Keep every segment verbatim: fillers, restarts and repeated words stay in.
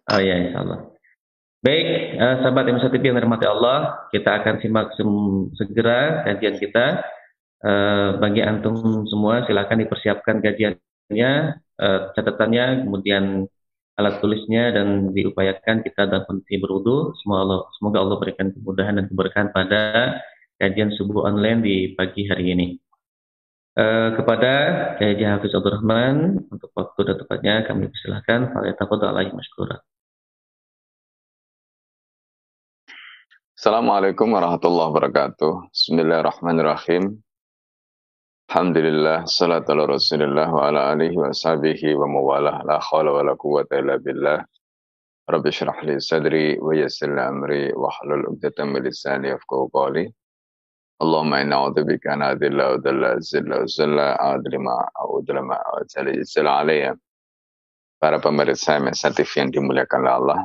Oh ya, insya Allah. Baik, eh, sahabat M S T V yang dirahmati Allah, kita akan simak sem- segera kajian kita. Eh, bagi antum semua, silakan dipersiapkan kajiannya, eh, catatannya, kemudian alat tulisnya, dan diupayakan kita dalam kondisi berwudu. Semoga Allah, semoga Allah berikan kemudahan dan keberkahan pada kajian subuh online di pagi hari ini. Eh, kepada Kiai Haji Hafiz Abdurrahman, untuk waktu dan tempatnya kami persilahkan. Falyatafadhal alaihi masykuran. Assalamualaikum warahmatullahi wabarakatuh. Bismillahirrahmanirrahim. Alhamdulillah, salatu ala rasulillah wa ala alihi wa sahbihi wa mawalah. La khawla wa la quwwata illa billah. Rabbi syrah li sadri wa yassir li amri wa hlul uqdatan min lisani yafqahu qawli. Allahumma inna a'udzubika an adilla wa dalla zilla wa zilla a'udlima a'udlima wa jalla jalla alayya. Para pemirsa M S T V yang dimuliakan oleh Allah.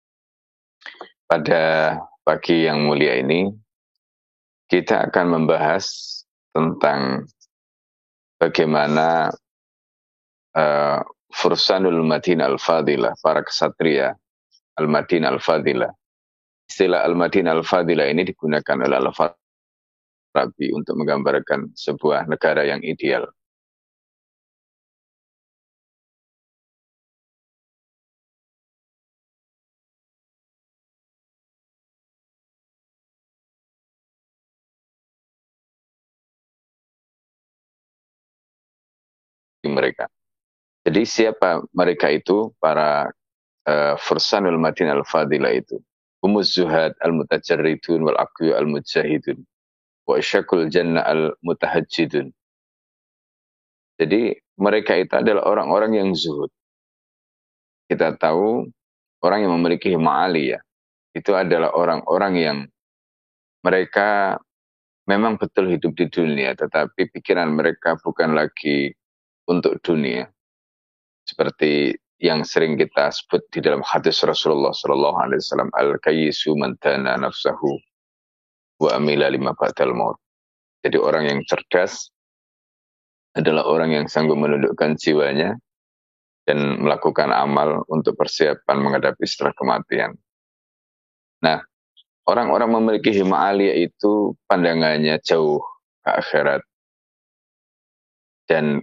Pada pagi yang mulia ini, kita akan membahas tentang bagaimana uh, Fursanul Madinah Al-Fadilah, para kesatria Al-Madinah Al-Fadilah. Istilah Al-Madinah Al-Fadilah ini digunakan oleh Al-Farabi untuk menggambarkan sebuah negara yang ideal. Mereka. Jadi siapa mereka itu? Para uh, Fursanul Madinah Al-Fadilah itu. Humus zuhad al-mutajarridun wal aqyu al-mujahidun wa isyakul jannah al-mutahajjidun. Jadi mereka itu adalah orang-orang yang zuhud. Kita tahu orang yang memiliki ma'ali ya, itu adalah orang-orang yang mereka memang betul hidup di dunia, tetapi pikiran mereka bukan lagi untuk dunia. Seperti yang sering kita sebut di dalam hadis Rasulullah sallallahu alaihi wasallam, al-kayyisu man dana nafsahu wa amila lima ba'dal maut. Jadi orang yang cerdas adalah orang yang sanggup menundukkan jiwanya dan melakukan amal untuk persiapan menghadapi setelah kematian. Nah, orang-orang memiliki himma aliyah itu pandangannya jauh ke akhirat. Dan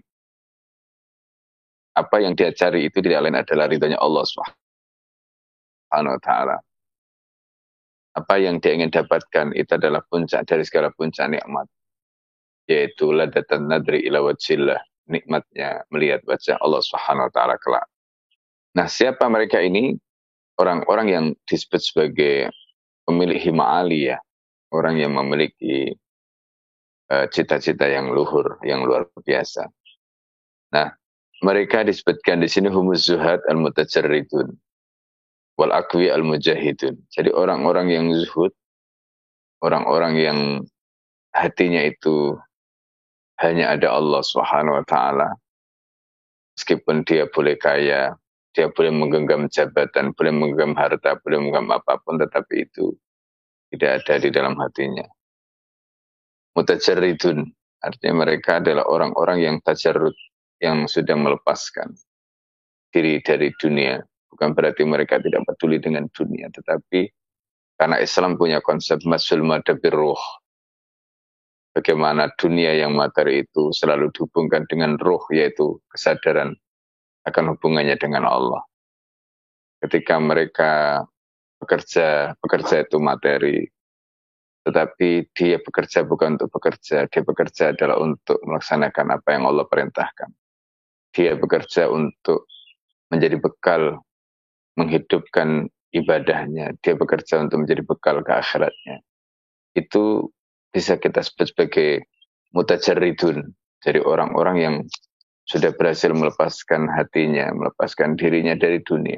apa yang dia cari itu tidak lain adalah ridhonya Allah subhanahu wa taala. Apa yang dia ingin dapatkan itu adalah puncak dari segala puncak nikmat, yaitu ladatan nadri ila wajhillah, nikmatnya melihat wajah Allah subhanahu wa taala kelak. Nah, siapa mereka ini? Orang-orang yang disebut sebagai pemilik himma aliyah, orang yang memiliki uh, cita-cita yang luhur, yang luar biasa. Nah, mereka disebutkan di sini humus zuhad al-mutajarridun wal aqwi al-mujahidun. Jadi orang-orang yang zuhud, orang-orang yang hatinya itu hanya ada Allah Subhanahu wa taala. Meskipun dia boleh kaya, dia boleh menggenggam jabatan, boleh menggenggam harta, boleh menggenggam apapun, tetapi itu tidak ada di dalam hatinya. Mutajarridun, artinya mereka adalah orang-orang yang tajarrud, yang sudah melepaskan diri dari dunia. Bukan berarti mereka tidak peduli dengan dunia, tetapi karena Islam punya konsep masul madabir ruh, bagaimana dunia yang materi itu selalu dihubungkan dengan ruh, yaitu kesadaran akan hubungannya dengan Allah. Ketika mereka bekerja, bekerja itu materi, tetapi dia bekerja bukan untuk bekerja, dia bekerja adalah untuk melaksanakan apa yang Allah perintahkan. Dia bekerja untuk menjadi bekal menghidupkan ibadahnya, dia bekerja untuk menjadi bekal ke akhiratnya. Itu bisa kita sebut sebagai mutajarridun, jadi orang-orang yang sudah berhasil melepaskan hatinya, melepaskan dirinya dari dunia.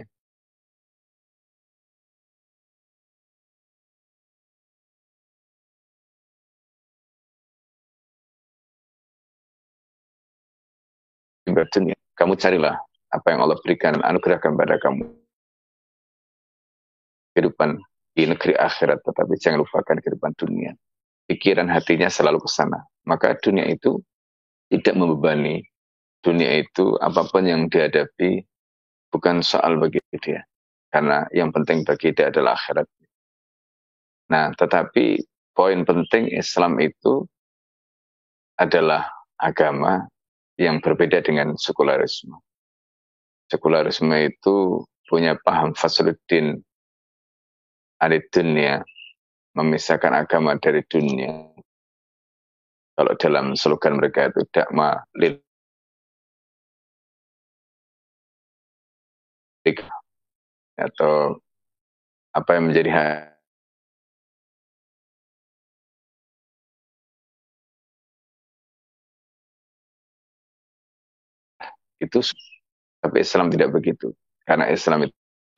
Dunia. Kamu carilah apa yang Allah berikan, anugerahkan pada kamu. Kehidupan di negeri akhirat, tetapi jangan lupakan kehidupan dunia. Pikiran hatinya selalu ke sana. Maka dunia itu tidak membebani. Dunia itu apapun yang dihadapi bukan soal bagi dia. karena yang penting bagi dia adalah akhirat. Nah, tetapi poin penting Islam itu adalah agama yang berbeda dengan sekularisme. Sekularisme itu punya paham fasluddin anid dunia, memisahkan agama dari dunia. Kalau dalam slogan mereka itu dakma lil atau apa yang menjadi hak itu, tapi Islam tidak begitu. Karena Islam itu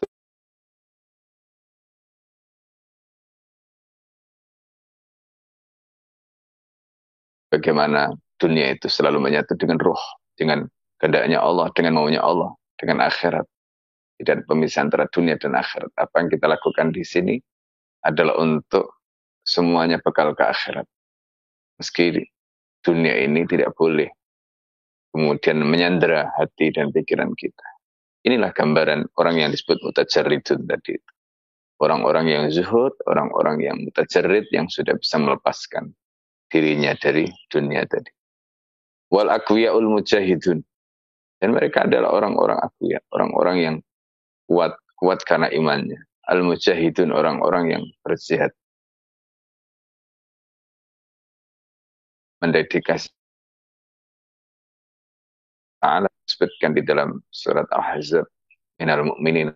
bagaimana dunia itu selalu menyatu dengan roh, dengan kehendaknya Allah, dengan maunya Allah, dengan akhirat. Tidak pemisahan antara dunia dan akhirat. Apa yang kita lakukan di sini adalah untuk semuanya bekal ke akhirat. Meski dunia ini tidak boleh kemudian menyandera hati dan pikiran kita. Inilah gambaran orang yang disebut mutajarridun tadi. Orang-orang yang zuhud, orang-orang yang mutajarrid yang sudah bisa melepaskan dirinya dari dunia tadi. Wal aqwiyaul mujahidun. Dan mereka adalah orang-orang aqwiya, orang-orang yang kuat, kuat karena imannya. Al mujahidun, orang-orang yang berjihad, mendedikasi. Ta'ala disebutkan di dalam surat Al-Ahzab, minal mu'minin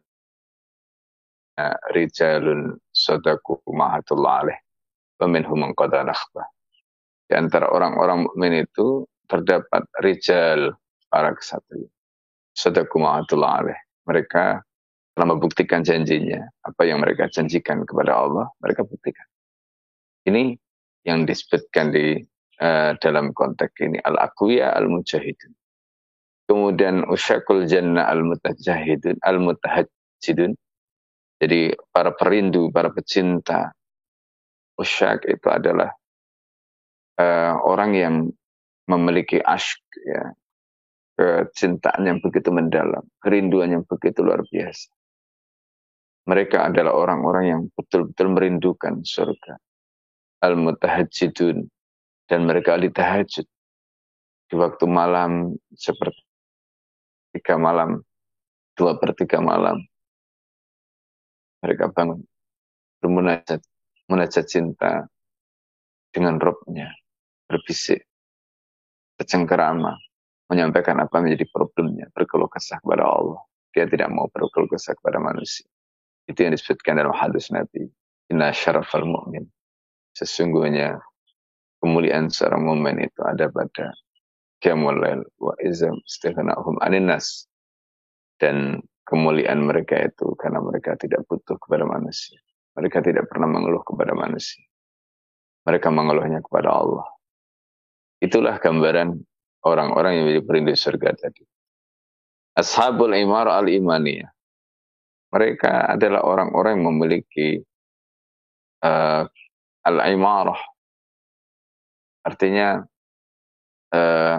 rijalun sadaku ma'atullah alaih wa minhum man qada nahbah. Di antara orang-orang mukmin itu terdapat rijal, para kesatria, sadaku ma'atullah alaih. Mereka telah membuktikan janjinya, apa yang mereka janjikan kepada Allah, mereka buktikan. Ini yang disebutkan di uh, dalam konteks ini, al-aqwiya al-mujahidun. Kemudian usyakul jannah al-mutajahidun, al-mutahajjidun. Jadi para perindu, para pecinta, usyak itu adalah uh, orang yang memiliki ashq, ya, kecintaan yang begitu mendalam, kerinduan yang begitu luar biasa. Mereka adalah orang-orang yang betul-betul merindukan surga. Al-mutahajjidun, dan mereka ahli tahajud. Di waktu malam, seperti tiga malam, dua per tiga malam, mereka bangun, bermunajat, munajat cinta dengan Robnya, berbisik, bercengkerama, menyampaikan apa menjadi problemnya, berkeluh kesah kepada Allah. Dia tidak mau berkeluh kesah kepada manusia. Itu yang disebutkan dalam hadis Nabi. Inna syarafal mu'min. Sesungguhnya kemuliaan seorang mukmin itu ada pada qiyamul lail wa izam istighna'hum anin nas. Dan kemuliaan mereka itu karena mereka tidak butuh kepada manusia. Mereka tidak pernah mengeluh kepada manusia. Mereka mengeluhnya kepada Allah. Itulah gambaran orang-orang yang menjadi perindu surga tadi. Ashabul imar al-imaniyah. Mereka adalah orang-orang yang memiliki uh, al-imarah. Artinya uh,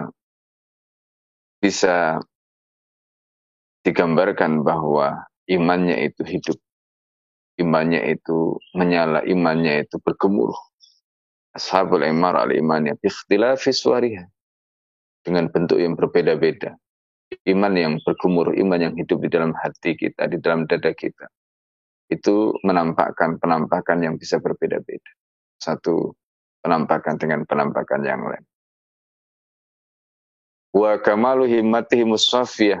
bisa digambarkan bahwa imannya itu hidup. Imannya itu menyala, imannya itu bergemuruh. Ashabul imar al-imaniyah biikhtilafi suwariha. Dengan bentuk yang berbeda-beda. Iman yang bergemuruh, iman yang hidup di dalam hati kita, di dalam dada kita. Itu menampakkan penampakan yang bisa berbeda-beda. Satu penampakan dengan penampakan yang lain. Wa kamalu himmatihi musafiyah.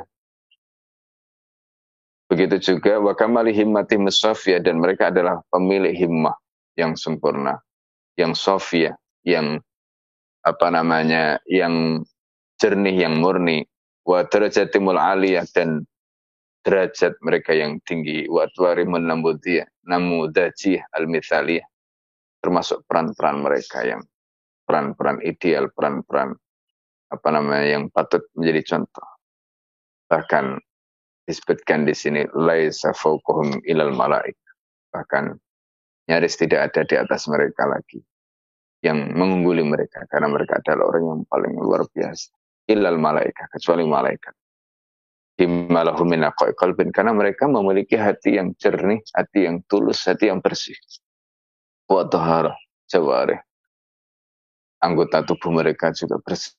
Begitu juga wa kamali himmatihi musafiyah, dan mereka adalah pemilik himmah yang sempurna, yang safiyah, yang apa namanya, yang jernih, yang murni. Wa darajatimul aliyah, dan derajat mereka yang tinggi. Wa atwarimun namudiyah, namudajih al-mithaliyah, termasuk peran-peran mereka yang peran-peran ideal, peran-peran apa namanya yang patut menjadi contoh. Bahkan disebutkan di sini laisa fawqahum ilal malaik. Bahkan nyaris tidak ada di atas mereka lagi yang mengungguli mereka, karena mereka adalah orang yang paling luar biasa. Ilal malaika, kecuali malaikat. bimalahu min aqai qalbin, karena mereka memiliki hati yang jernih, hati yang tulus, hati yang bersih. Wa tahara jawarih, anggota tubuh mereka juga bersih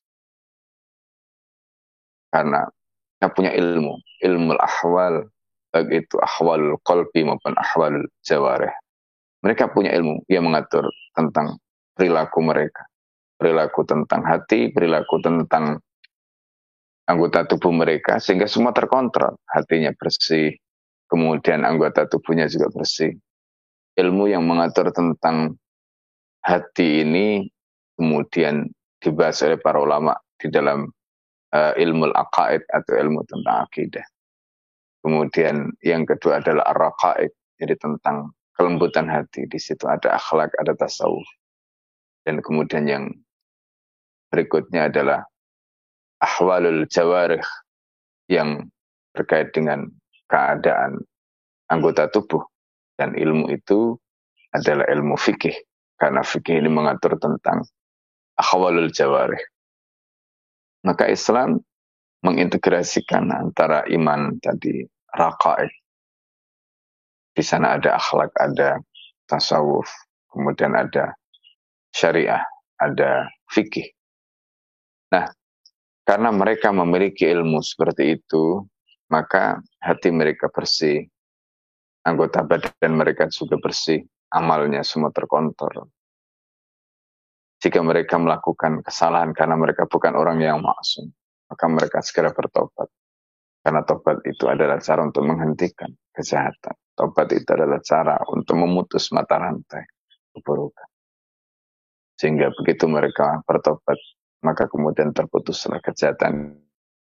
karena mereka punya ilmu, ilmu ahwal, baik itu ahwal qalbi maupun ahwal jawarih. Mereka punya ilmu yang mengatur tentang perilaku mereka, perilaku tentang hati, perilaku tentang anggota tubuh mereka, sehingga semua terkontrol. Hatinya bersih, kemudian anggota tubuhnya juga bersih. Ilmu yang mengatur tentang hati ini kemudian dibahas oleh para ulama di dalam uh, ilmu al-aqaid atau ilmu tentang akidah. Kemudian yang kedua adalah ar-raqaid, jadi tentang kelembutan hati. Di situ ada akhlak, ada tasawuf. Dan kemudian yang berikutnya adalah ahwalul jawarih, yang terkait dengan keadaan anggota tubuh. Dan ilmu itu adalah ilmu fikih, karena fikih ini mengatur tentang ahwalul jawarih. Maka Islam mengintegrasikan antara iman tadi, raqaid. Di sana ada akhlak, ada tasawuf, kemudian ada syariah, ada fikih. Nah, karena mereka memiliki ilmu seperti itu, maka hati mereka bersih, anggota badan mereka juga bersih, amalnya semua terkontrol. Jika mereka melakukan kesalahan karena mereka bukan orang yang maksum, maka mereka segera bertobat. Karena tobat itu adalah cara untuk menghentikan kejahatan. Tobat itu adalah cara untuk memutus mata rantai keburukan. Sehingga begitu mereka bertobat, maka kemudian terputuslah kejahatan.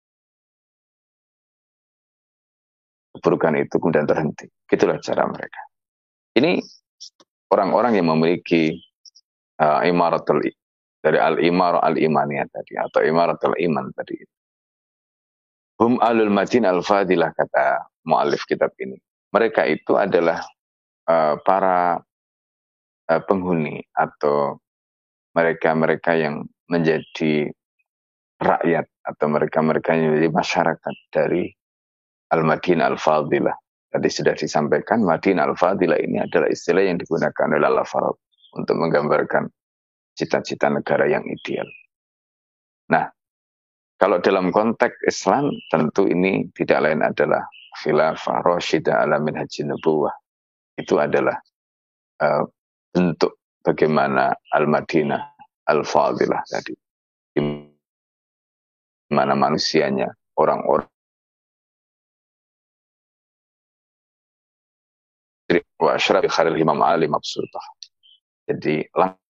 Keburukan itu kemudian terhenti. Itulah cara mereka. Ini orang-orang yang memiliki uh, imaratul dari al-imarah al-imaniyah tadi, atau imaratul iman tadi. Hum alul madin al-fadilah, kata mu'alif kitab ini. Mereka itu adalah uh, para uh, penghuni atau mereka-mereka yang menjadi rakyat atau mereka-mereka yang menjadi masyarakat dari al-Madinah al-Fadilah. Tadi sudah disampaikan, Madinah al-Fadilah ini adalah istilah yang digunakan oleh Al-Farabi untuk menggambarkan cita-cita negara yang ideal. Nah, kalau dalam konteks Islam, tentu ini tidak lain adalah khilafah rasyidah ala minhajin nubuwah. Itu adalah uh, bentuk bagaimana Al-Madinah Al-Fadilah tadi. Di mana manusianya, orang-orang wa asyraf khalil Imam Ali mabsutah. Jadi langkah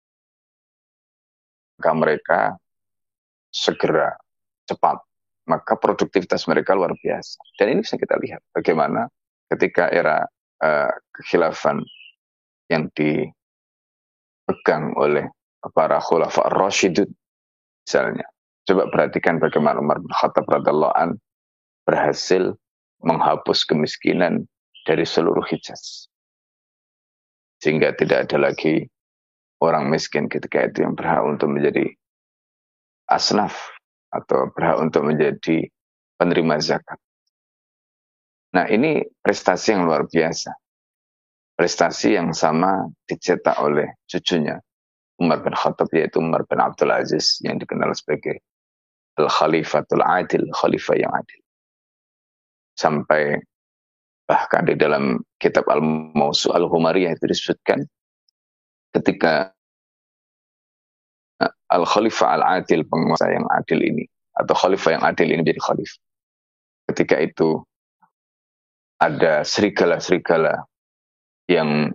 mereka segera, cepat, maka produktivitas mereka luar biasa. Dan ini bisa kita lihat bagaimana ketika era uh, kekhilafan yang dipegang oleh para khulafa ar-rasyidun misalnya. Coba perhatikan bagaimana Umar bin Khattab radhiyallahu an berhasil menghapus kemiskinan dari seluruh Hijaz. Sehingga tidak ada lagi orang miskin ketika itu yang berhak untuk menjadi asnaf atau berhak untuk menjadi penerima zakat. Nah, ini prestasi yang luar biasa. Prestasi yang sama dicetak oleh cucunya Umar bin Khattab, yaitu Umar bin Abdul Aziz, yang dikenal sebagai Al-Khalifatul Adil, Khalifah yang adil. Sampai bahkan di dalam kitab Al-Mawsu' Al-Humariyah itu disebutkan ketika Al-Khalifah Al-Adil, penguasa yang adil ini, atau Khalifah yang adil ini menjadi Khalifah. Ketika itu ada serigala-serigala yang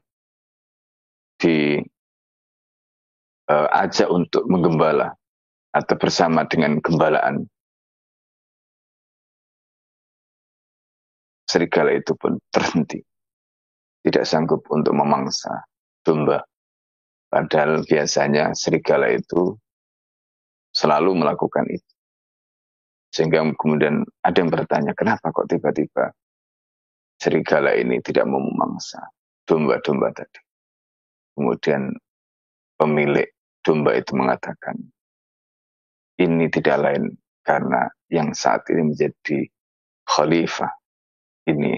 diajak uh, untuk menggembala atau bersama dengan gembalaan. Serigala itu pun terhenti, tidak sanggup untuk memangsa domba. Padahal biasanya serigala itu selalu melakukan itu. Sehingga kemudian ada yang bertanya, kenapa kok tiba-tiba serigala ini tidak mau memangsa domba-domba tadi. Kemudian pemilik domba itu mengatakan, ini tidak lain karena yang saat ini menjadi khalifah ini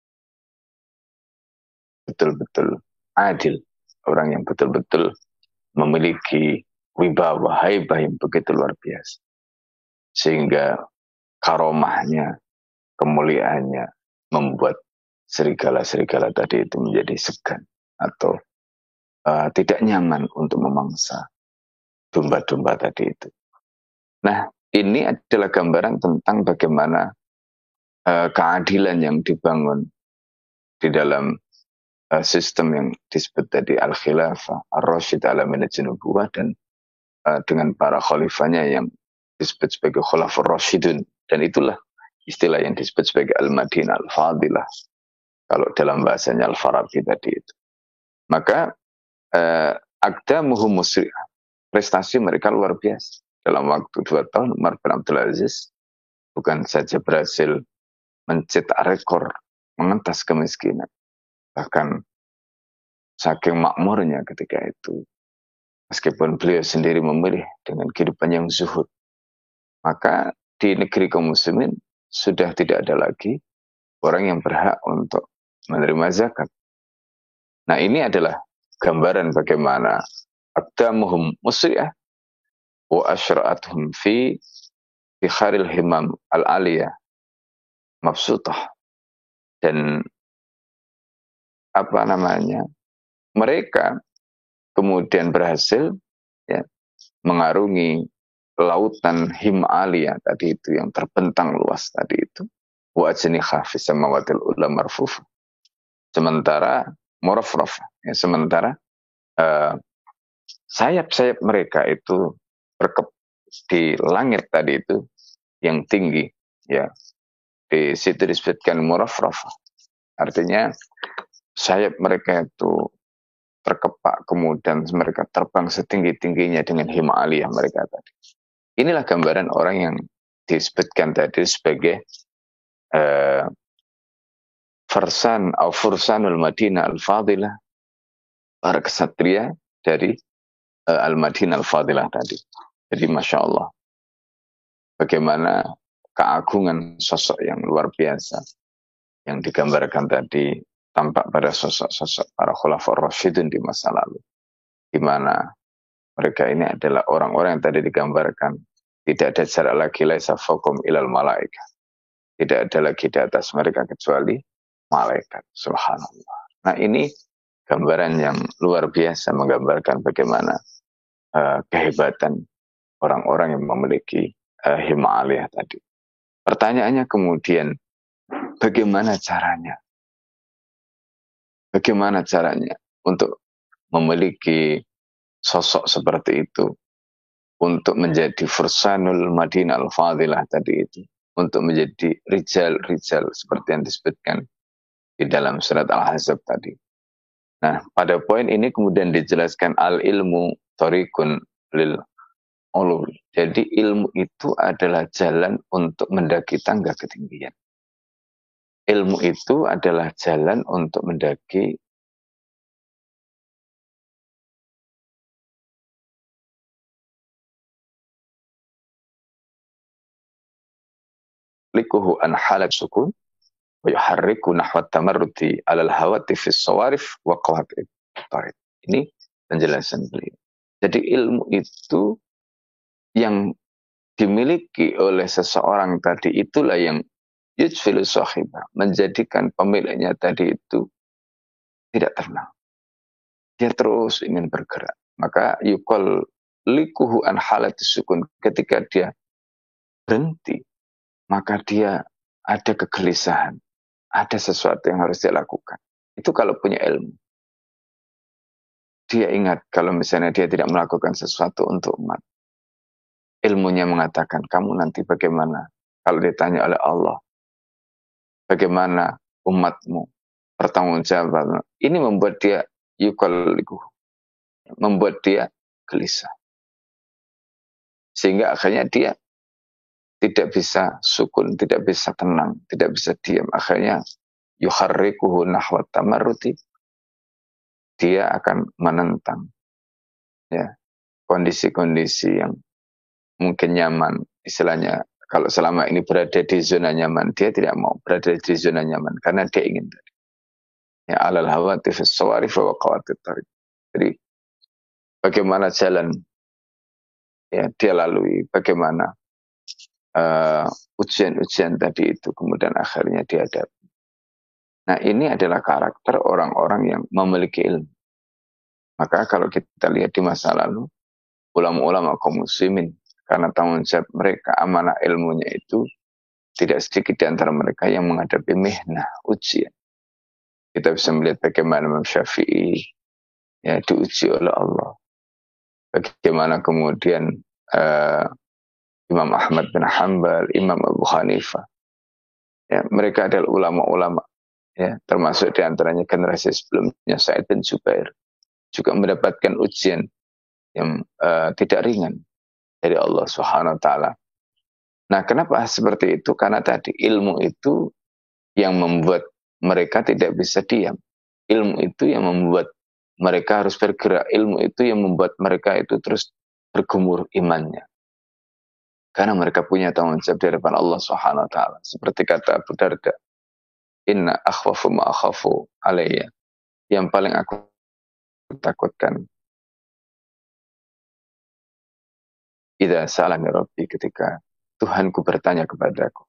betul-betul adil, orang yang betul-betul memiliki wibawa haibah yang begitu luar biasa, sehingga karomahnya, kemuliaannya membuat serigala-serigala tadi itu menjadi segan atau uh, tidak nyaman untuk memangsa domba-domba tadi itu. Nah, ini adalah gambaran tentang bagaimana uh, keadilan yang dibangun di dalam uh, sistem yang disebut tadi Al-Khilafah, Ar-Rasyid ala Minhaj Nubuwah, dan uh, dengan para khalifahnya yang disebut sebagai Khulafur Rasyidun, dan itulah istilah yang disebut sebagai Al-Madinah Al-Fadilah kalau dalam bahasanya Al-Farabi tadi itu. Maka uh, aqdamuhum musri'ah, prestasi mereka luar biasa. Dalam waktu dua tahun Umar bin Abdul Aziz bukan saja berhasil mencetak rekor mengentas kemiskinan, bahkan saking makmurnya ketika itu, meskipun beliau sendiri memilih dengan kehidupan yang zuhud, maka di negeri kaum muslimin sudah tidak ada lagi orang yang berhak untuk menerima zakat. Nah, ini adalah gambaran bagaimana aqdamuhum musri'ah wa asyra'atuhum fi fi kharil himam al-aliyah mabsutah, dan apa namanya, mereka kemudian berhasil ya, mengarungi lautan Himalaya tadi itu yang terbentang luas tadi itu, wa ajniha fi samawatil ula marfuf, sementara murafraf ya, sementara uh, sayap-sayap mereka itu berkep di langit tadi itu yang tinggi ya, di situ disebutkan murafraf, artinya sayap mereka itu terkepak, kemudian mereka terbang setinggi-tingginya dengan Himalaya mereka tadi. Inilah gambaran orang yang disebutkan tadi sebagai uh, Farsan atau Fursanul Madinah Al-Fadilah, para kesatria dari uh, Al-Madinah Al-Fadilah tadi. Jadi Masya Allah, bagaimana keagungan sosok yang luar biasa yang digambarkan tadi tampak pada sosok-sosok para Khulafaur Rasyidun di masa lalu, di mana mereka ini adalah orang-orang yang tadi digambarkan tidak ada jarak lagi laisa fauqum ilal malaika, tidak ada lagi di atas mereka kecuali malaikat. Subhanallah. Nah, ini gambaran yang luar biasa menggambarkan bagaimana uh, kehebatan orang-orang yang memiliki uh, Himalaya tadi. Pertanyaannya kemudian, bagaimana caranya? Bagaimana caranya untuk memiliki sosok seperti itu, untuk menjadi Fursanul Madinah Al-Fadilah tadi itu, untuk menjadi rijal-rijal seperti yang disebutkan di dalam surat Al-Ahzab tadi. Nah, pada poin ini kemudian dijelaskan al-ilmu thariqun lil ulul. Jadi ilmu itu adalah jalan untuk mendaki tangga ketinggian. Ilmu itu adalah jalan untuk mendaki likuhu an halak sukun wa yuharriku nahwa tamarruti alal hawati fis sawarif wa qawaid. Ini penjelasan beliau. Jadi ilmu itu yang dimiliki oleh seseorang tadi itulah yang yujfilu sahibah, menjadikan pemiliknya tadi itu tidak tenang. Dia terus ingin bergerak. Maka yukol likuhu an halati sukun, ketika dia berhenti, maka dia ada kegelisahan, ada sesuatu yang harus dia lakukan. Itu kalau punya ilmu. Dia ingat kalau misalnya dia tidak melakukan sesuatu untuk umat, ilmunya mengatakan, kamu nanti bagaimana kalau ditanya oleh Allah, bagaimana umatmu, pertanggungjawaban. Ini membuat dia yukalliku, membuat dia gelisah, sehingga akhirnya dia tidak bisa sukun, tidak bisa tenang, tidak bisa diam. Akhirnya yuharrikuhu nahwa tamarruti, dia akan menentang ya kondisi-kondisi yang mungkin nyaman, istilahnya kalau selama ini berada di zona nyaman, dia tidak mau berada di zona nyaman karena dia ingin tadi. Ya alal hawati fis sawarif wa qawatit tariq. Jadi bagaimana jalan ya dia lalui, bagaimana uh, ujian-ujian tadi itu kemudian akhirnya dihadapi. Nah, ini adalah karakter orang-orang yang memiliki ilmu. Maka kalau kita lihat di masa lalu, ulama-ulama kaum muslimin, karena tanggung jawab mereka, amanah ilmunya itu, tidak sedikit di antara mereka yang menghadapi mihnah, ujian. Kita bisa melihat bagaimana Imam Syafi'i ya, diuji oleh Allah. Bagaimana kemudian uh, Imam Ahmad bin Hanbal, Imam Abu Hanifah. Ya, mereka adalah ulama-ulama, ya, termasuk di antaranya generasi sebelumnya Sa'id bin Jubair, juga mendapatkan ujian yang uh, tidak ringan dari Allah Subhanahu wa taala. Nah, kenapa seperti itu? Karena tadi ilmu itu yang membuat mereka tidak bisa diam. Ilmu itu yang membuat mereka harus bergerak. Ilmu itu yang membuat mereka itu terus bergumur imannya. Karena mereka punya tanggung jawab di hadapan Allah Subhanahu wa taala. Seperti kata Abu Darda, "Inna akhwafu ma akhafu alayya." Yang paling aku takutkan idza salani rabbi, ketika Tuhanku bertanya kepadaku.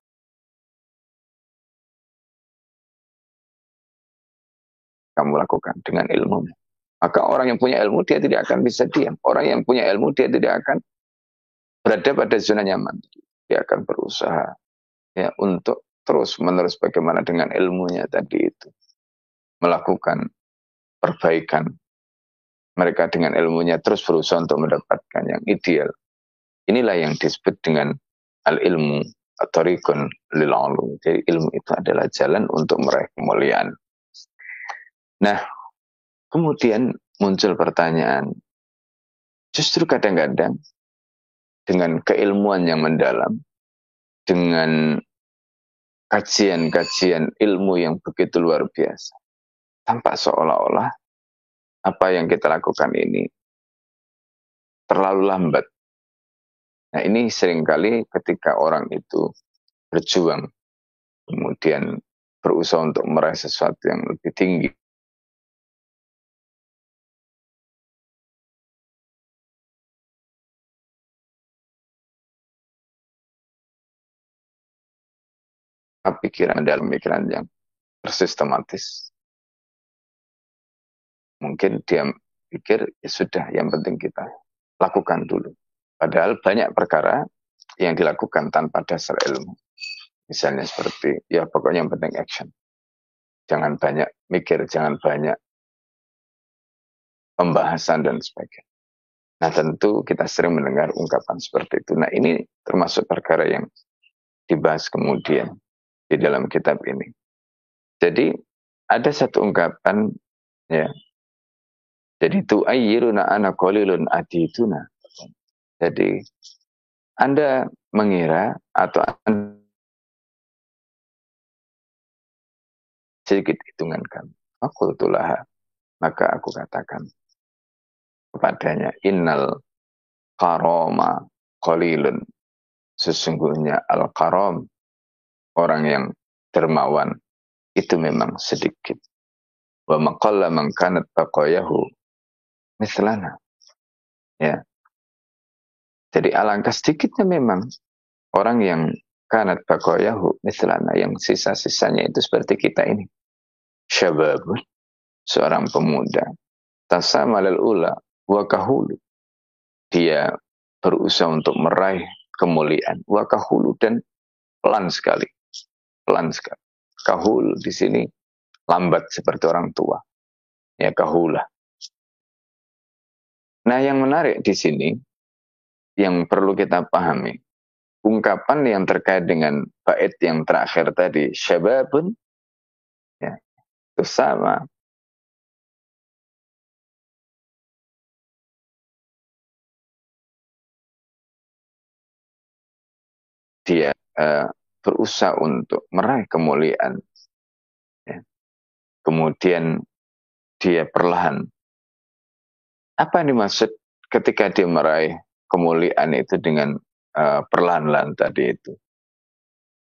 Kamu lakukan dengan ilmu. Maka orang yang punya ilmu dia tidak akan bisa diam. Orang yang punya ilmu dia tidak akan berada pada zona nyaman. Dia akan berusaha ya untuk terus menerus bagaimana dengan ilmunya tadi itu melakukan perbaikan. Mereka dengan ilmunya terus berusaha untuk mendapatkan yang ideal. Inilah yang disebut dengan al-ilmu at-tariqun lil ulum. Jadi ilmu itu adalah jalan untuk meraih kemuliaan. Nah, kemudian muncul pertanyaan, justru kadang-kadang dengan keilmuan yang mendalam, dengan kajian-kajian ilmu yang begitu luar biasa, tampak seolah-olah apa yang kita lakukan ini terlalu lambat. Nah, ini seringkali ketika orang itu berjuang, kemudian berusaha untuk meraih sesuatu yang lebih tinggi, pikiran dalam pikiran yang tersistematis. Mungkin dia pikir, ya sudah, yang penting kita lakukan dulu. Padahal banyak perkara yang dilakukan tanpa dasar ilmu. Misalnya seperti, ya pokoknya yang penting action. Jangan banyak mikir, jangan banyak pembahasan dan sebagainya. Nah, tentu kita sering mendengar ungkapan seperti itu. Nah, ini termasuk perkara yang dibahas kemudian di dalam kitab ini. Jadi, ada satu ungkapan, ya, jadi tu'ayyiruna ana qalilun adituna. Jadi, Anda mengira atau Anda sedikit hitungan kami. Fakultulaha, maka aku katakan kepadanya, innal karoma qalilun. Sesungguhnya al-karom, orang yang dermawan, itu memang sedikit. Wa maqalla man kanat baqayahu mislana. Ya. Jadi alangkah sedikitnya memang orang yang kanat baqayahu mislana, yang sisa-sisanya itu seperti kita ini. Syababun, seorang pemuda, tasamalal ula wa kahulu. Dia berusaha untuk meraih kemuliaan. Wa kahulu, dan pelan sekali. Pelan sekali. Kahul di sini lambat seperti orang tua. Ya, kahulah. Nah, yang menarik di sini, yang perlu kita pahami, ungkapan yang terkait dengan bait yang terakhir tadi, syababun, ya, itu sama. Dia uh, berusaha untuk meraih kemuliaan. Ya. Kemudian dia perlahan. Apa yang dimaksud ketika dia meraih kemuliaan itu dengan uh, perlahan-lahan tadi itu?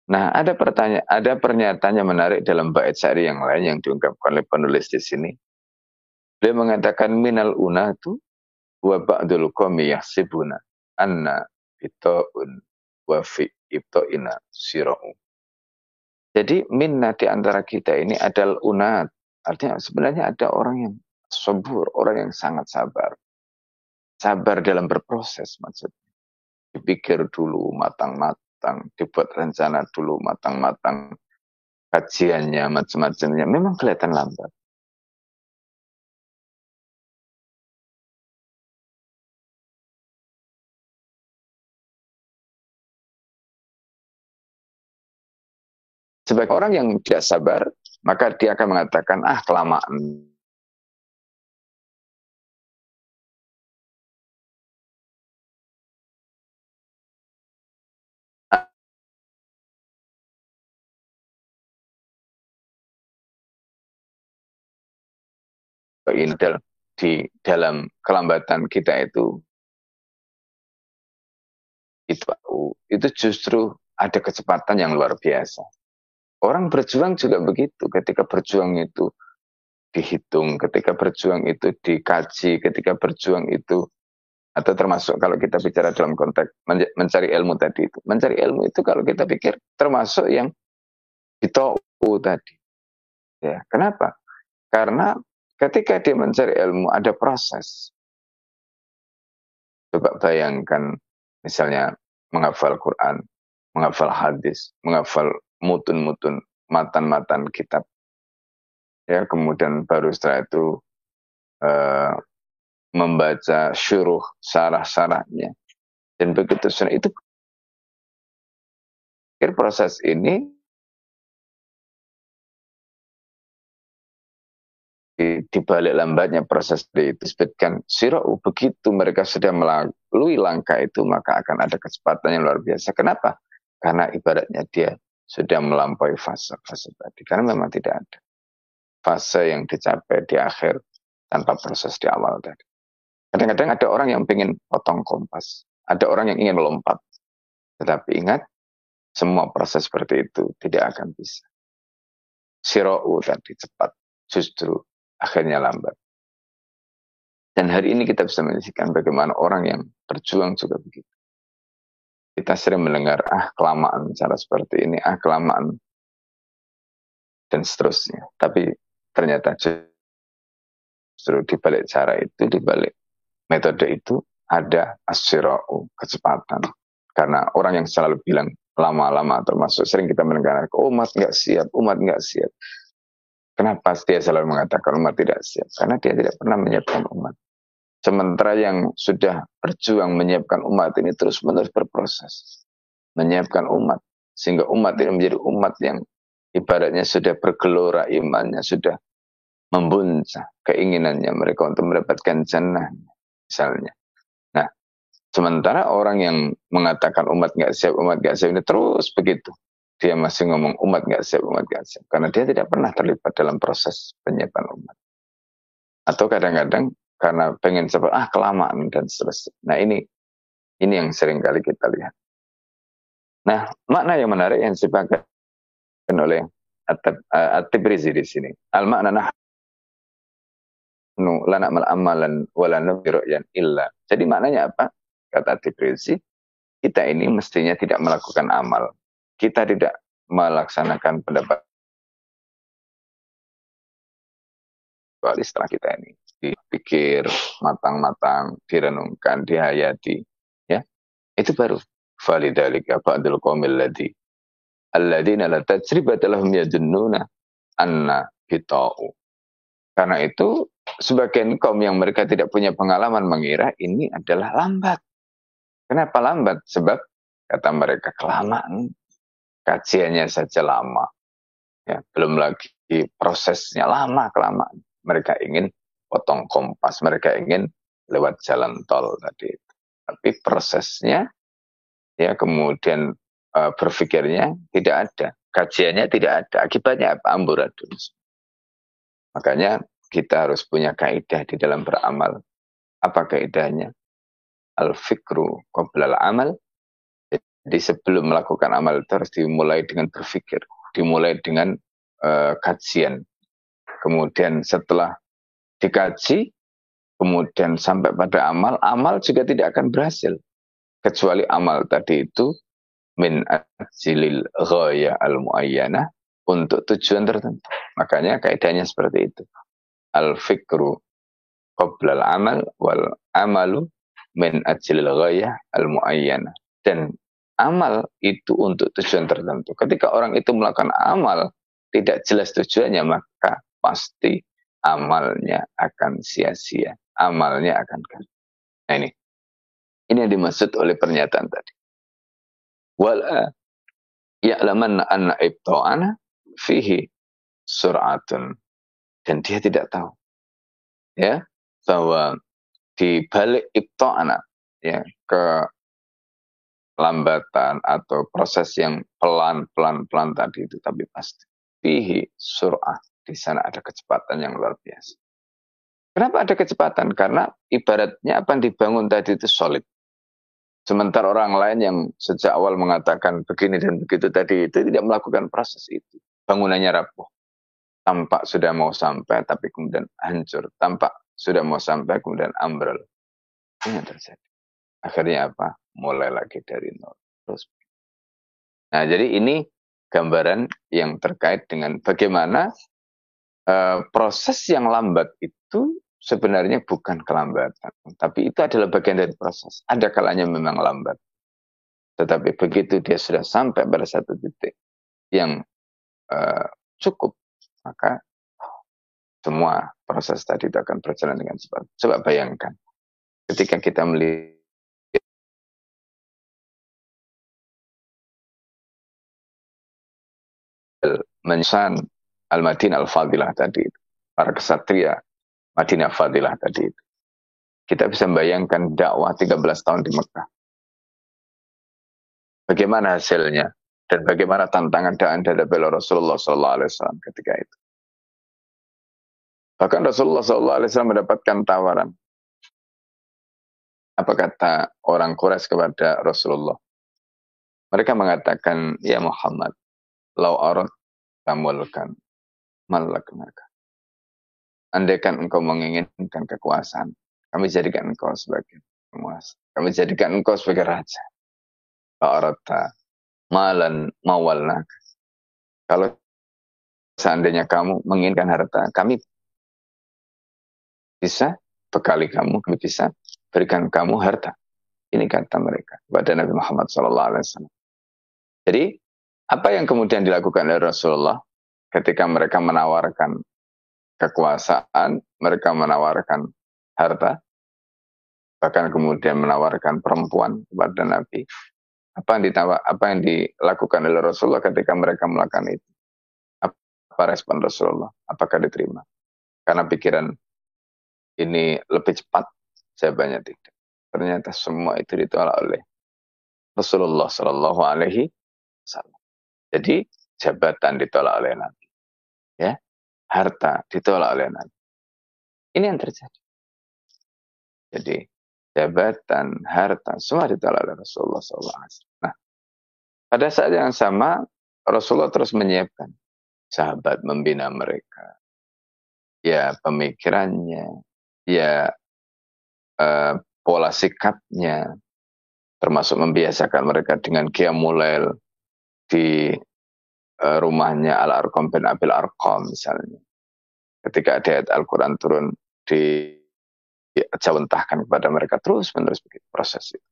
Nah, ada pertanyaan, ada pernyataan yang menarik dalam bait syair yang lain yang diungkapkan oleh penulis di sini. Beliau mengatakan minal unatu wa ba'dul qawmi yahsibuna anna bita'un wa fi ibta'ina sira'u. Jadi minna di antara kita ini adalah unat. Artinya sebenarnya ada orang yang sabur, orang yang sangat sabar. Sabar dalam berproses maksudnya. Dipikir dulu matang-matang, dibuat rencana dulu matang-matang, kajiannya, macam-macamnya. Memang kelihatan lambat. Sebagai orang yang tidak sabar, maka dia akan mengatakan, ah kelamaan. Ini di dalam kelambatan kita itu, itu, itu justru ada kecepatan yang luar biasa. Orang berjuang juga begitu. Ketika berjuang itu dihitung, ketika berjuang itu dikaji, ketika berjuang itu, atau termasuk kalau kita bicara dalam konteks mencari ilmu tadi itu. Mencari ilmu itu kalau kita pikir termasuk yang ditau tadi. Ya, kenapa? Karena ketika dia mencari ilmu ada proses. Coba bayangkan misalnya menghafal Quran, menghafal hadis, menghafal mutun-mutun, matan-matan kitab. Ya, kemudian baru setelah itu uh, membaca syuruh syarah-syarahnya. Dan begitu sudah itu proses ini di balik lambatnya proses itu disebutkan sirau, begitu mereka sudah melalui langkah itu maka akan ada kecepatan yang luar biasa. Kenapa? Karena ibaratnya dia sudah melampaui fase-fase tadi. Karena memang tidak ada fase yang dicapai di akhir tanpa proses di awal tadi. Kadang-kadang ada orang yang ingin potong kompas, ada orang yang ingin melompat. Tetapi ingat, semua proses seperti itu tidak akan bisa. Sirau tadi cepat, justru akhirnya lambat. Dan hari ini kita bisa menyaksikan bagaimana orang yang berjuang juga begitu. Kita sering mendengar, ah kelamaan cara seperti ini, ah kelamaan, dan seterusnya. Tapi ternyata justru di balik cara itu, di balik metode itu, ada asyira'u, kecepatan. Karena orang yang selalu bilang lama-lama, termasuk sering kita mendengar, oh, umat nggak siap, umat nggak siap. Kenapa dia selalu mengatakan umat tidak siap? Karena dia tidak pernah menyiapkan umat. Sementara yang sudah berjuang menyiapkan umat ini terus-menerus berproses. Menyiapkan umat. Sehingga umat ini menjadi umat yang ibaratnya sudah bergelora imannya, sudah membuncah keinginannya mereka untuk mendapatkan jannah. Misalnya. Nah, sementara orang yang mengatakan umat nggak siap, umat nggak siap ini terus begitu. Dia masih ngomong umat nggak siap, umat nggak siap. Karena dia tidak pernah terlibat dalam proses penyiapan umat. Atau kadang-kadang karena pengen cepat, ah kelamaan dan seterusnya. Nah ini ini yang sering kali kita lihat. Nah makna yang menarik yang dipakai oleh At-Tabrizi di sini. Al-makna nahnu la na'mal amalan wa la nubiru'yan illa. Jadi maknanya apa? Kata At-Tabrizi, kita ini mestinya tidak melakukan amal. Kita tidak melaksanakan pendapat kecuali setelah kita ini dipikir matang-matang, direnungkan, dihayati, ya itu baru validalika ba'dul qaumil ladzi alladzina la tajribata lahum yadunnuna anna bita'u. Karena itu sebagian kaum yang mereka tidak punya pengalaman mengira ini adalah lambat. Kenapa lambat? Sebab kata mereka kelamaan, kajiannya saja lama, ya belum lagi prosesnya lama kelamaan. Mereka ingin potong kompas, mereka ingin lewat jalan tol tadi. Tapi prosesnya, ya kemudian uh, berpikirnya tidak ada, kajiannya tidak ada. Akibatnya apa? Amburadul. Makanya kita harus punya kaidah di dalam beramal. Apa kaidahnya? Al-fikru qoblal amal. Jadi sebelum melakukan amal itu harus dimulai dengan berpikir, dimulai dengan uh, kajian. Kemudian setelah dikaji, kemudian sampai pada amal, amal juga tidak akan berhasil. Kecuali amal tadi itu min ajlil ghaya al-mu'ayyanah, untuk tujuan tertentu. Makanya kaidahnya seperti itu. Al-fikru qabla al-amal wal amalu min ajlil ghaya al-mu'ayyanah. Dan amal itu untuk tujuan tertentu. Ketika orang itu melakukan amal tidak jelas tujuannya, maka pasti amalnya akan sia-sia. Amalnya akan gagal. Nah ini. Ini yang dimaksud oleh pernyataan tadi. Wala ya'lamanna anna ibta'ana fihi sur'atun. Dan dia tidak tahu. Ya, bahwa di balik ibta'ana, ya, ke lambatan atau proses yang pelan-pelan-pelan tadi itu, tapi pasti fihi sur'ah. Di sana ada kecepatan yang luar biasa. Kenapa ada kecepatan? Karena ibaratnya apa yang dibangun tadi itu solid. Sementara orang lain yang sejak awal mengatakan begini dan begitu tadi itu tidak melakukan proses itu. Bangunannya rapuh. Tampak sudah mau sampai tapi kemudian hancur. Tampak sudah mau sampai kemudian ambrol. Ini yang terjadi. Akhirnya apa? Mulai lagi dari nol. Terus. Nah, jadi ini gambaran yang terkait dengan bagaimana uh, proses yang lambat itu sebenarnya bukan kelambatan, tapi itu adalah bagian dari proses. Ada kalanya memang lambat. Tetapi begitu dia sudah sampai pada satu titik yang uh, cukup, maka semua proses tadi itu akan berjalan dengan cepat. Coba bayangkan, ketika kita melihat mensan Al-Madinah Al-Fadilah tadi, para kesatria Madinah Fadilah tadi itu. Kita bisa membayangkan dakwah tiga belas tahun di Mekah. Bagaimana hasilnya? Dan bagaimana tantangan dakwah dihadapi oleh Rasulullah shallallahu alaihi wasallam ketika itu. Bahkan Rasulullah shallallahu alaihi wasallam mendapatkan tawaran. Apa kata orang Quraisy kepada Rasulullah? Mereka mengatakan, ya Muhammad, lau arad tamulkan malaknaka. Andaikan engkau menginginkan kekuasaan, kami jadikan engkau sebagai penguasa. Kami jadikan engkau sebagai raja. La'arata malan mawalnak. Kalau seandainya kamu menginginkan harta, kami bisa bekali kamu, kami bisa berikan kamu harta. Ini kata mereka kepada Nabi Muhammad shallallahu alaihi wasallam. Jadi, apa yang kemudian dilakukan oleh Rasulullah ketika mereka menawarkan kekuasaan, mereka menawarkan harta, bahkan kemudian menawarkan perempuan kepada Nabi. Apa yang ditawar, apa yang dilakukan oleh Rasulullah ketika mereka melakukan itu? Apa respon Rasulullah? Apakah diterima? Karena pikiran ini lebih cepat, jawabannya tidak. Ternyata semua itu ditolak oleh Rasulullah Shallallahu Alaihi Wasallam. Jadi jabatan ditolak oleh Nabi, ya, harta ditolak oleh Nabi. Ini yang terjadi. Jadi jabatan, harta, semua ditolak oleh Rasulullah shallallahu alaihi wasallam. Nah, pada saat yang sama, Rasulullah terus menyiapkan sahabat membina mereka. Ya, pemikirannya, ya, eh, pola sikapnya, termasuk membiasakan mereka dengan qiyamul lail di eh, rumahnya Al-Arqam bin Abil Arqam misalnya. Ketika ada ayat Al-Quran turun, di jawantahkan kepada mereka terus-menerus begitu proses itu.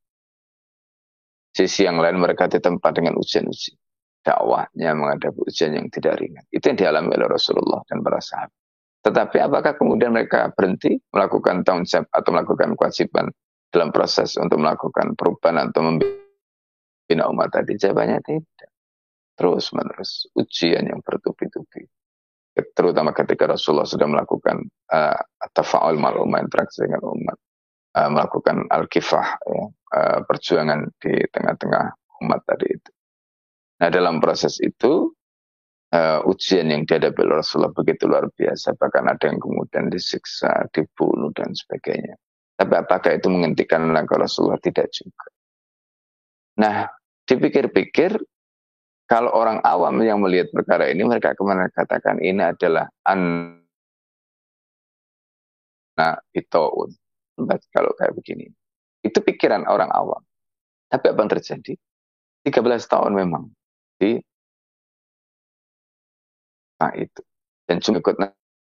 Sisi yang lain mereka ditempa dengan ujian-ujian. Dakwahnya menghadapi ujian yang tidak ringan. Itu yang dialami oleh Rasulullah dan para sahabat. Tetapi apakah kemudian mereka berhenti melakukan tanggung jawab atau melakukan kewajiban dalam proses untuk melakukan perubahan atau membina umat tadi? Jawabannya tidak. Terus-menerus ujian yang bertubi-tubi. Terutama ketika Rasulullah sudah melakukan uh, tafa'ul mal umat, interaksi dengan umat, uh, melakukan al-kifah, ya, uh, perjuangan di tengah-tengah umat tadi itu. Nah, dalam proses itu uh, ujian yang dihadapi Rasulullah begitu luar biasa, bahkan ada yang kemudian disiksa, dibunuh dan sebagainya. Tapi apakah itu menghentikan langkah Rasulullah? Tidak juga. Nah, Dipikir-pikir, kalau orang awam yang melihat perkara ini, mereka kemana katakan ini adalah an Nah, itoun. Kalau kayak begini. Itu pikiran orang awam. Tapi apa yang terjadi? tiga belas tahun memang. Di nah itu. Dan cuma ikut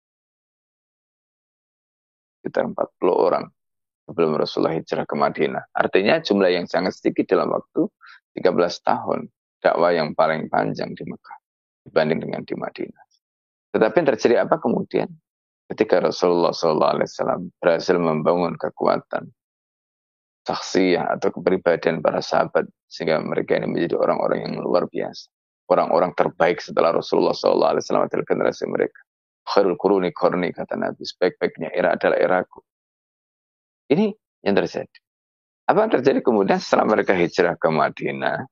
sekitar empat puluh orang sebelum Rasulullah hijrah ke Madinah. Artinya jumlah yang sangat sedikit dalam waktu tiga belas tahun. Dakwah yang paling panjang di Mekah dibanding dengan di Madinah. Tetapi yang terjadi apa kemudian? Ketika Rasulullah shallallahu alaihi wasallam berhasil membangun kekuatan saksiyah atau kepribadian para sahabat sehingga mereka ini menjadi orang-orang yang luar biasa, orang-orang terbaik setelah Rasulullah shallallahu alaihi wasallam adalah generasi mereka. Khairul quruni qarni, kata Nabi, sebaik-baiknya era adalah eraku. Ini yang terjadi. Apa yang terjadi kemudian setelah mereka hijrah ke Madinah,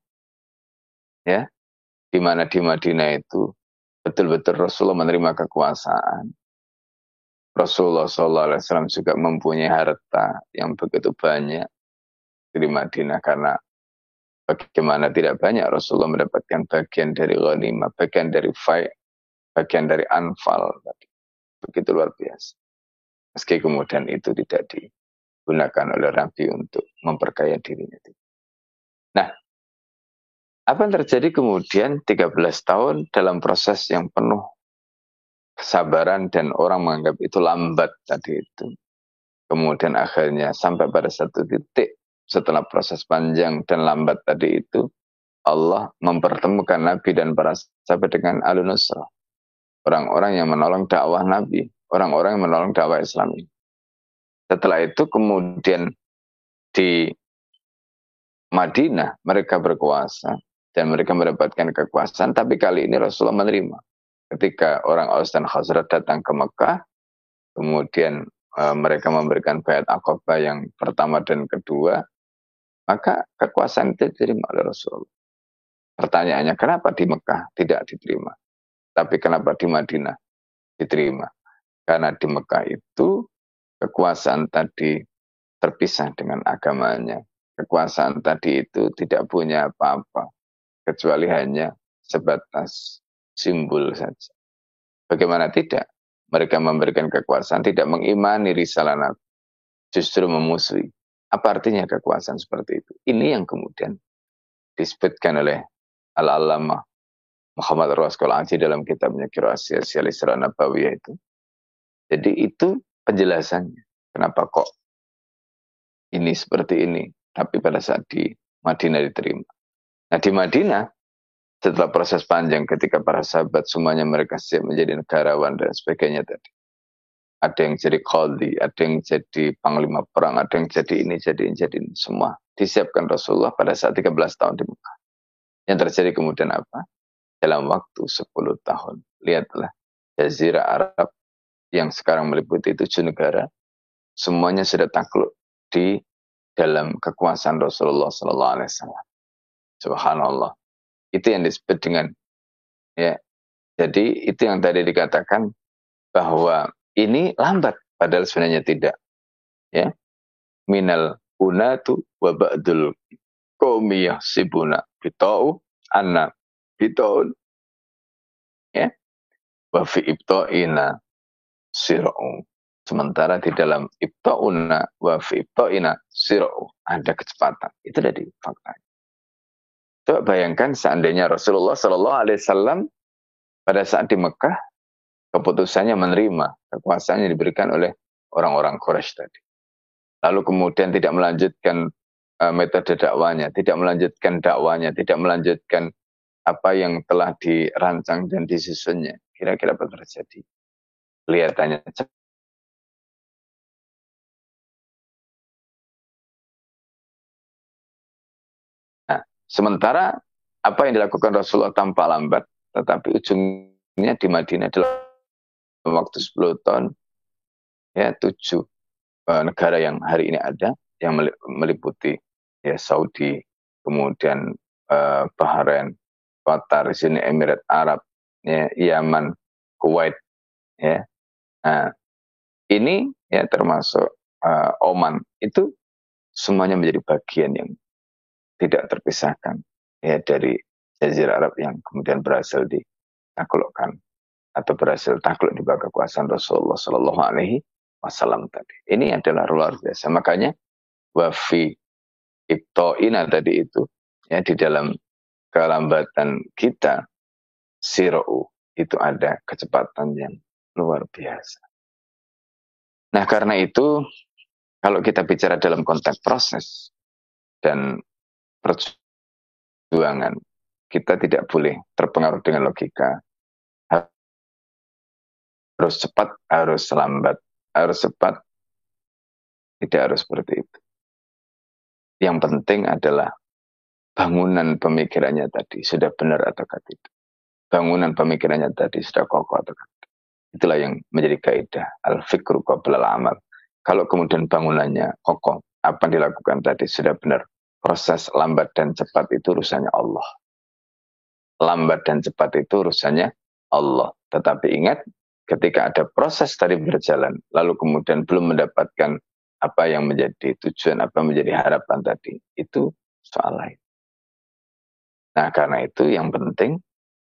ya, di mana di Madinah itu betul-betul Rasulullah menerima kekuasaan. Rasulullah shallallahu alaihi wasallam juga mempunyai harta yang begitu banyak di Madinah, karena bagaimana tidak banyak Rasulullah mendapatkan bagian dari ghanimah, bagian dari fai, bagian dari anfal. Begitu luar biasa. Meski kemudian itu tidak digunakan oleh Nabi untuk memperkaya dirinya. Nah, apa yang terjadi kemudian tiga belas tahun dalam proses yang penuh kesabaran dan orang menganggap itu lambat tadi itu. Kemudian akhirnya sampai pada satu titik setelah proses panjang dan lambat tadi itu, Allah mempertemukan Nabi dan para sahabat dengan Al-Nusrah. Orang-orang yang menolong dakwah Nabi, orang-orang yang menolong dakwah Islam ini. Setelah itu kemudian di Madinah mereka berkuasa dan mereka mendapatkan kekuasaan, tapi kali ini Rasulullah menerima. Ketika orang Aus dan Khazraj datang ke Mekah, kemudian e, mereka memberikan bayat Aqabah yang pertama dan kedua, maka kekuasaan itu diterima oleh Rasulullah. Pertanyaannya, kenapa di Mekah tidak diterima, tapi kenapa di Madinah diterima? Karena di Mekah itu kekuasaan tadi terpisah dengan agamanya. Kekuasaan tadi itu tidak punya apa-apa, kecuali hanya sebatas simbol saja. Bagaimana tidak? Mereka memberikan kekuasaan, tidak mengimani risalah Nabi, justru memusuhi. Apa artinya kekuasaan seperti itu? Ini yang kemudian disebutkan oleh Al-Allamah Muhammad Rasul Aji dalam kitabnya Qiraat Al-Isra Nabawiyah itu. Jadi itu penjelasannya. Kenapa kok ini seperti ini, tapi pada saat di Madinah diterima. Nah di Madinah, setelah proses panjang ketika para sahabat semuanya mereka siap menjadi negarawan dan sebagainya tadi. Ada yang jadi qadhi, ada yang jadi panglima perang, ada yang jadi ini, jadi ini, jadi ini. Semua disiapkan Rasulullah pada saat tiga belas tahun di Mekah. Yang terjadi kemudian apa? Dalam waktu sepuluh tahun. Lihatlah, Jazirah Arab yang sekarang meliputi tujuh negara, semuanya sudah takluk di dalam kekuasaan Rasulullah Sallallahu Alaihi Wasallam. Subhanallah. Itu yang disebut dengan, ya. Jadi itu yang tadi dikatakan bahwa ini lambat, padahal sebenarnya tidak. Ya, minal unatu wa ba'dul qaumiyah sibuna bitau anna bitaun, ya, wa fi ibta'ina sir'u. Sementara di dalam ibta'una wa fi ibta'ina sir'u ada kecepatan. Itu dari faktanya. Coba bayangkan seandainya Rasulullah Shallallahu Alaihi Wasallam pada saat di Mekah keputusannya menerima kekuasaan yang diberikan oleh orang-orang Quraisy tadi. Lalu kemudian tidak melanjutkan uh, metode dakwanya, tidak melanjutkan dakwanya, tidak melanjutkan apa yang telah dirancang dan disusunnya. Kira-kira apa terjadi? Kelihatannya. Nah, sementara apa yang dilakukan Rasulullah tanpa lambat, tetapi ujungnya di Madinah dalam waktu sepuluh tahun, ya, tujuh uh, negara yang hari ini ada, yang meliputi ya Saudi, kemudian uh, Bahrain, Qatar, sini Emirat Arab, ya, Yaman, Kuwait, ya. Nah, ini ya termasuk uh, Oman, itu semuanya menjadi bagian yang tidak terpisahkan. ya dari Jazirah Arab yang kemudian berhasil ditaklukkan atau berhasil takluk di bawah kekuasaan Rasulullah Shallallahu Alaihi Wasallam tadi. Ini adalah luar biasa. Makanya wafi ibtoina tadi itu ya di dalam kelambatan kita sirau itu ada kecepatan yang luar biasa. Nah karena itu kalau kita bicara dalam konteks proses dan perjuangan, kita tidak boleh terpengaruh dengan logika. Harus cepat, harus lambat, harus cepat, tidak harus seperti itu. Yang penting adalah bangunan pemikirannya tadi sudah benar atau tidak. Bangunan pemikirannya tadi sudah kokoh atau tidak. Itulah yang menjadi kaidah al-fikru qabla al-amal. Kalau kemudian bangunannya kokoh, apa yang dilakukan tadi sudah benar. Proses lambat dan cepat itu urusannya Allah. Lambat dan cepat itu urusannya Allah. Tetapi ingat, ketika ada proses tadi berjalan, lalu kemudian belum mendapatkan apa yang menjadi tujuan, apa yang menjadi harapan tadi, itu soal lain. Nah, karena itu yang penting,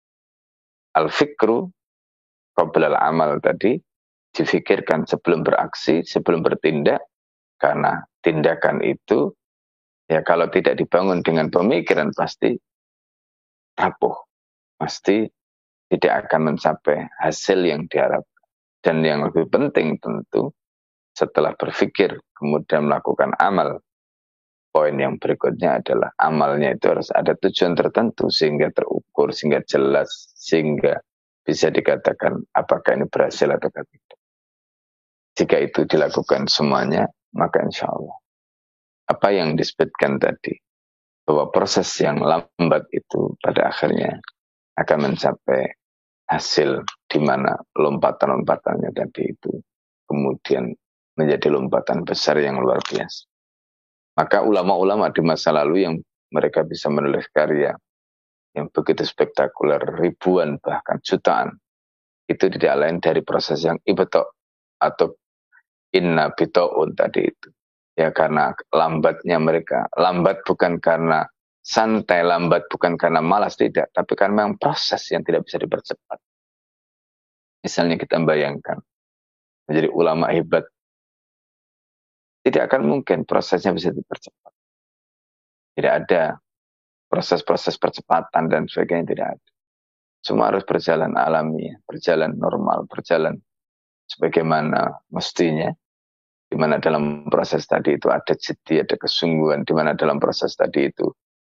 al-fikru qabla al-amal tadi, difikirkan sebelum beraksi, sebelum bertindak, karena tindakan itu, ya kalau tidak dibangun dengan pemikiran pasti rapuh, pasti tidak akan mencapai hasil yang diharapkan. Dan yang lebih penting tentu, setelah berpikir, kemudian melakukan amal, poin yang berikutnya adalah amalnya itu harus ada tujuan tertentu, sehingga terukur, sehingga jelas, sehingga bisa dikatakan apakah ini berhasil atau tidak. Jika itu dilakukan semuanya, maka insya Allah apa yang disebutkan tadi, bahwa proses yang lambat itu pada akhirnya akan mencapai hasil di mana lompatan-lompatannya tadi itu kemudian menjadi lompatan besar yang luar biasa. Maka ulama-ulama di masa lalu yang mereka bisa menulis karya yang begitu spektakuler, ribuan bahkan jutaan, itu tidak lain dari proses yang ibto atau inna bito'un tadi itu. Ya karena lambatnya mereka, lambat bukan karena santai, lambat bukan karena malas, tidak, tapi karena memang proses yang tidak bisa dipercepat. Misalnya kita bayangkan, menjadi ulama hebat, tidak akan mungkin prosesnya bisa dipercepat. Tidak ada proses-proses percepatan dan sebagainya, tidak ada. Semua harus berjalan alami, berjalan normal, berjalan sebagaimana mestinya. Di mana dalam proses tadi itu ada jiddi, ada kesungguhan, di mana dalam proses tadi itu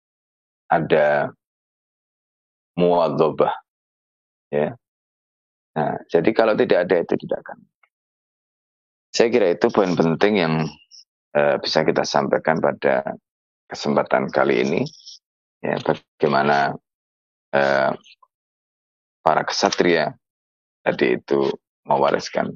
ada muwadzabah. Ya. Nah, jadi kalau tidak ada itu tidak akan. Saya kira itu poin penting yang uh, bisa kita sampaikan pada kesempatan kali ini. Ya, bagaimana uh, para kesatria tadi itu mewariskan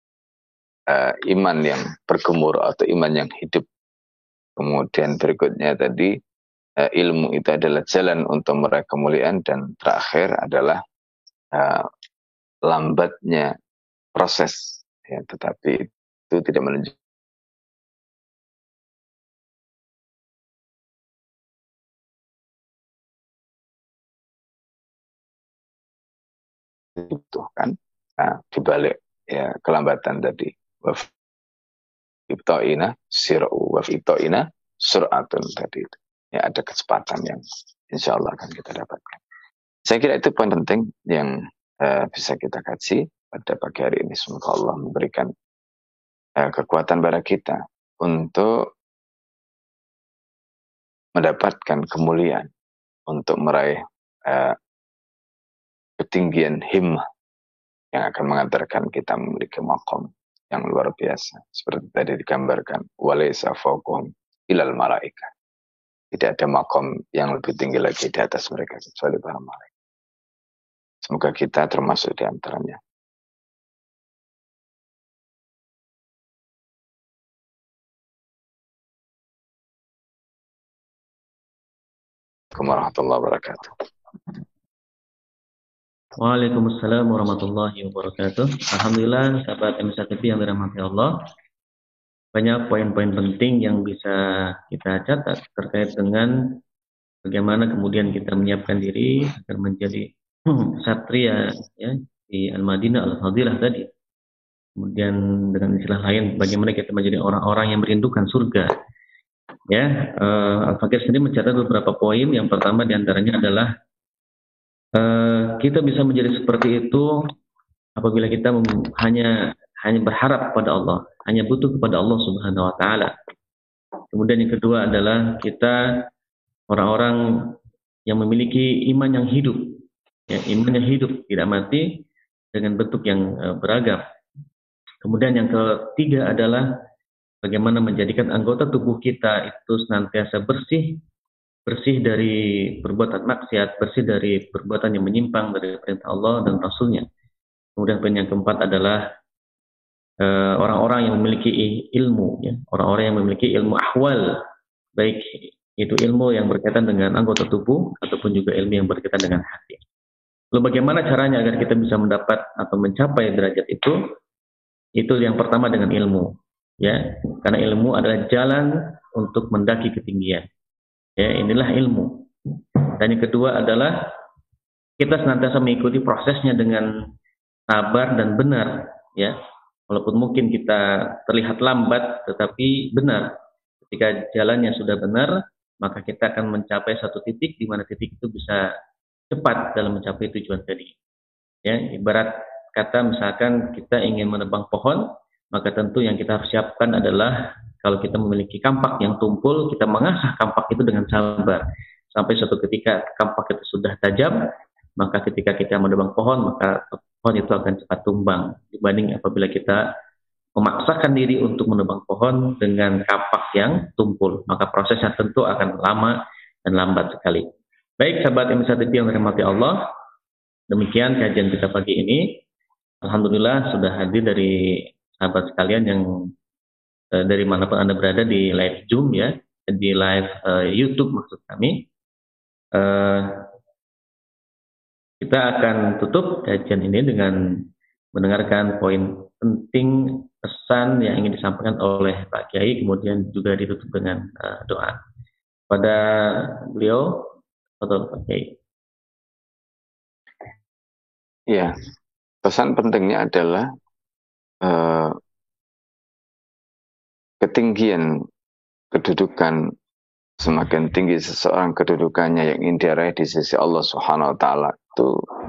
uh, iman yang bergemur atau iman yang hidup. Kemudian berikutnya tadi uh, ilmu itu adalah jalan untuk meraih kemuliaan, dan terakhir adalah uh, lambatnya proses, ya, tetapi itu tidak menunjukkan dibutuhkan. Nah, dibalik ya kelambatan tadi, waf ibtoina sir'u waf ibtoina sur'atun tadi itu. Ya ada kecepatan yang insya Allah akan kita dapatkan. Saya kira itu poin penting yang uh, bisa kita kaji pada pagi hari ini. Semoga Allah memberikan uh, kekuatan pada kita untuk mendapatkan kemuliaan, untuk meraih uh, ketinggian himmah yang akan mengantarkan kita memiliki makom yang luar biasa. Seperti tadi digambarkan, walaysa fawqahum ilal malaika. Tidak ada makom yang lebih tinggi lagi di atas mereka kecuali para malaikat. Semoga kita termasuk di antaranya. Assalamualaikum warahmatullahi wabarakatuh. Waalaikumsalam warahmatullahi wabarakatuh. Alhamdulillah, sahabat M S T V yang dirahmati Allah, banyak poin-poin penting yang bisa kita catat terkait dengan bagaimana kemudian kita menyiapkan diri agar menjadi satria ya di Al-Madinah Al-Fadilah tadi. Kemudian dengan istilah lain, bagaimana kita menjadi orang-orang yang merindukan surga. Ya, uh, Al-Fakir sendiri mencatat beberapa poin. Yang pertama diantaranya adalah uh, kita bisa menjadi seperti itu apabila kita hanya hanya berharap kepada Allah, hanya butuh kepada Allah Subhanahu Wa Taala. Kemudian yang kedua adalah kita orang-orang yang memiliki iman yang hidup, ya, iman yang hidup tidak mati dengan bentuk yang uh, beragam. Kemudian yang ketiga adalah bagaimana menjadikan anggota tubuh kita itu senantiasa bersih, bersih dari perbuatan maksiat, bersih dari perbuatan yang menyimpang dari perintah Allah dan Rasulnya. Kemudian poin yang keempat adalah orang-orang uh, yang memiliki ilmu, ya, orang-orang yang memiliki ilmu ahwal, baik itu ilmu yang berkaitan dengan anggota tubuh ataupun juga ilmu yang berkaitan dengan hati. Lalu bagaimana caranya agar kita bisa mendapat atau mencapai derajat itu? Itu yang pertama dengan ilmu, ya, karena ilmu adalah jalan untuk mendaki ketinggian. Ya, inilah ilmu. Dan yang kedua adalah kita senantiasa mengikuti prosesnya dengan sabar dan benar, ya. Walaupun mungkin kita terlihat lambat, tetapi benar. Ketika jalannya sudah benar, maka kita akan mencapai satu titik di mana titik itu bisa cepat dalam mencapai tujuan tadi. Ya, ibarat kata misalkan kita ingin menebang pohon, maka tentu yang kita harus siapkan adalah kalau kita memiliki kampak yang tumpul, kita mengasah kampak itu dengan sabar. Sampai suatu ketika kampak itu sudah tajam, maka ketika kita menebang pohon, maka pohon itu akan cepat tumbang. Dibanding apabila kita memaksakan diri untuk menebang pohon dengan kampak yang tumpul, maka prosesnya tentu akan lama dan lambat sekali. Baik, sahabat M satu T V yang dirahmati Allah, demikian kajian kita pagi ini. Alhamdulillah sudah hadir dari sahabat sekalian yang eh, dari manapun Anda berada di live Zoom, ya, di live eh, YouTube maksud kami. Eh, kita akan tutup kajian ini dengan mendengarkan poin penting pesan yang ingin disampaikan oleh Pak Kiai, kemudian juga ditutup dengan uh, doa. Pada beliau, atau Pak Kiai. Ya. Pesan pentingnya adalah uh, ketinggian kedudukan, semakin tinggi seseorang kedudukannya yang ingin diraih di sisi Allah Subhanahu Wa Taala itu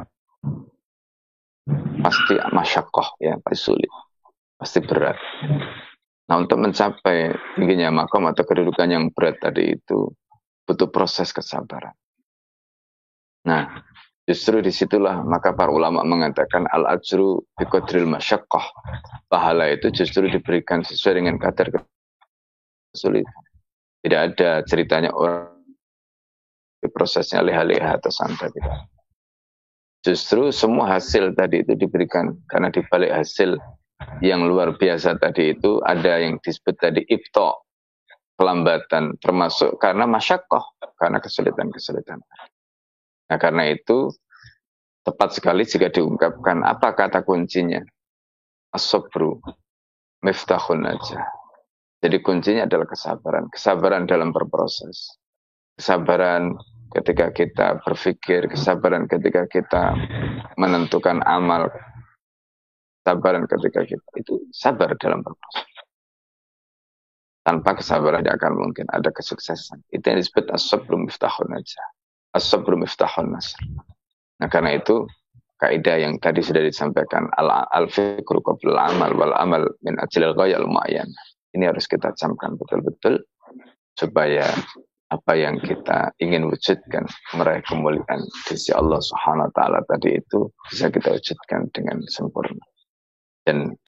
pasti masyaqqah, ya, pasti sulit, pasti berat. Nah, untuk mencapai tingginya maqam atau kedudukan yang berat tadi itu butuh proses kesabaran. Nah, justru disitulah maka para ulama mengatakan al-ajru biqadril masyaqqah. Pahala itu justru diberikan sesuai dengan kadar kesulitan. Tidak ada ceritanya orang di prosesnya leha-leha atau santai. Justru semua hasil tadi itu diberikan karena di balik hasil yang luar biasa tadi itu ada yang disebut tadi ibta, kelambatan, termasuk karena masyaqqah, karena kesulitan-kesulitan. Nah, karena itu tepat sekali jika diungkapkan apa kata kuncinya. As-sabru miftahun najah. Jadi kuncinya adalah kesabaran. Kesabaran dalam berproses. Kesabaran ketika kita berpikir. Kesabaran ketika kita menentukan amal. Kesabaran ketika kita itu sabar dalam berproses. Tanpa kesabaran tidak akan mungkin ada kesuksesan. Itu yang disebut as-sabru miftahun najah. As-sabru miftahun nasr. Nah, karena itu kaidah yang tadi sudah disampaikan, al-fikru qabla al-amal wal amal min ajlil ghayal muayyan. Ini harus kita camkan betul-betul supaya apa yang kita ingin wujudkan, meraih kemuliaan di sisi Allah Subhanahu Wa Taala tadi itu bisa kita wujudkan dengan sempurna. Dan